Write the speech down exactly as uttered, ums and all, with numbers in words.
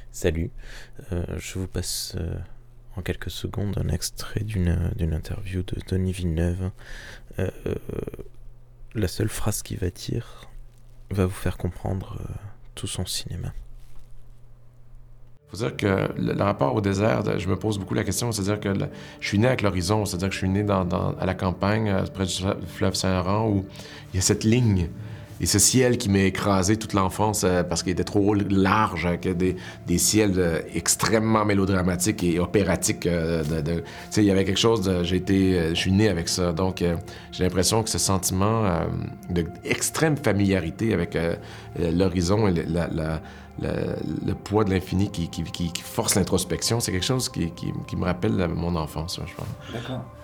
Salut, euh, je vous passe euh, en quelques secondes un extrait d'une d'une interview de Denis Villeneuve. Euh, euh, la seule phrase qu'il va dire va vous faire comprendre euh, tout son cinéma. Il faut dire que le, le rapport au désert, je me pose beaucoup la question, c'est-à-dire que le- je suis né avec l'horizon, c'est-à-dire que je suis né dans, dans- à la campagne, euh, près du fleuve Saint-Laurent, où il y a cette ligne et ce ciel qui m'a écrasé toute l'enfance euh, parce qu'il était trop large, avec des, des ciels euh, extrêmement mélodramatiques et opératiques. euh, de, de- tu sais, il y avait quelque chose, de, j'ai été, euh, je suis né avec ça, donc euh, j'ai l'impression que ce sentiment euh, d'extrême familiarité avec euh, l'horizon et la, la- le, le poids de l'infini qui, qui, qui, qui force l'introspection, c'est quelque chose qui, qui, qui me rappelle mon enfance, je pense. D'accord.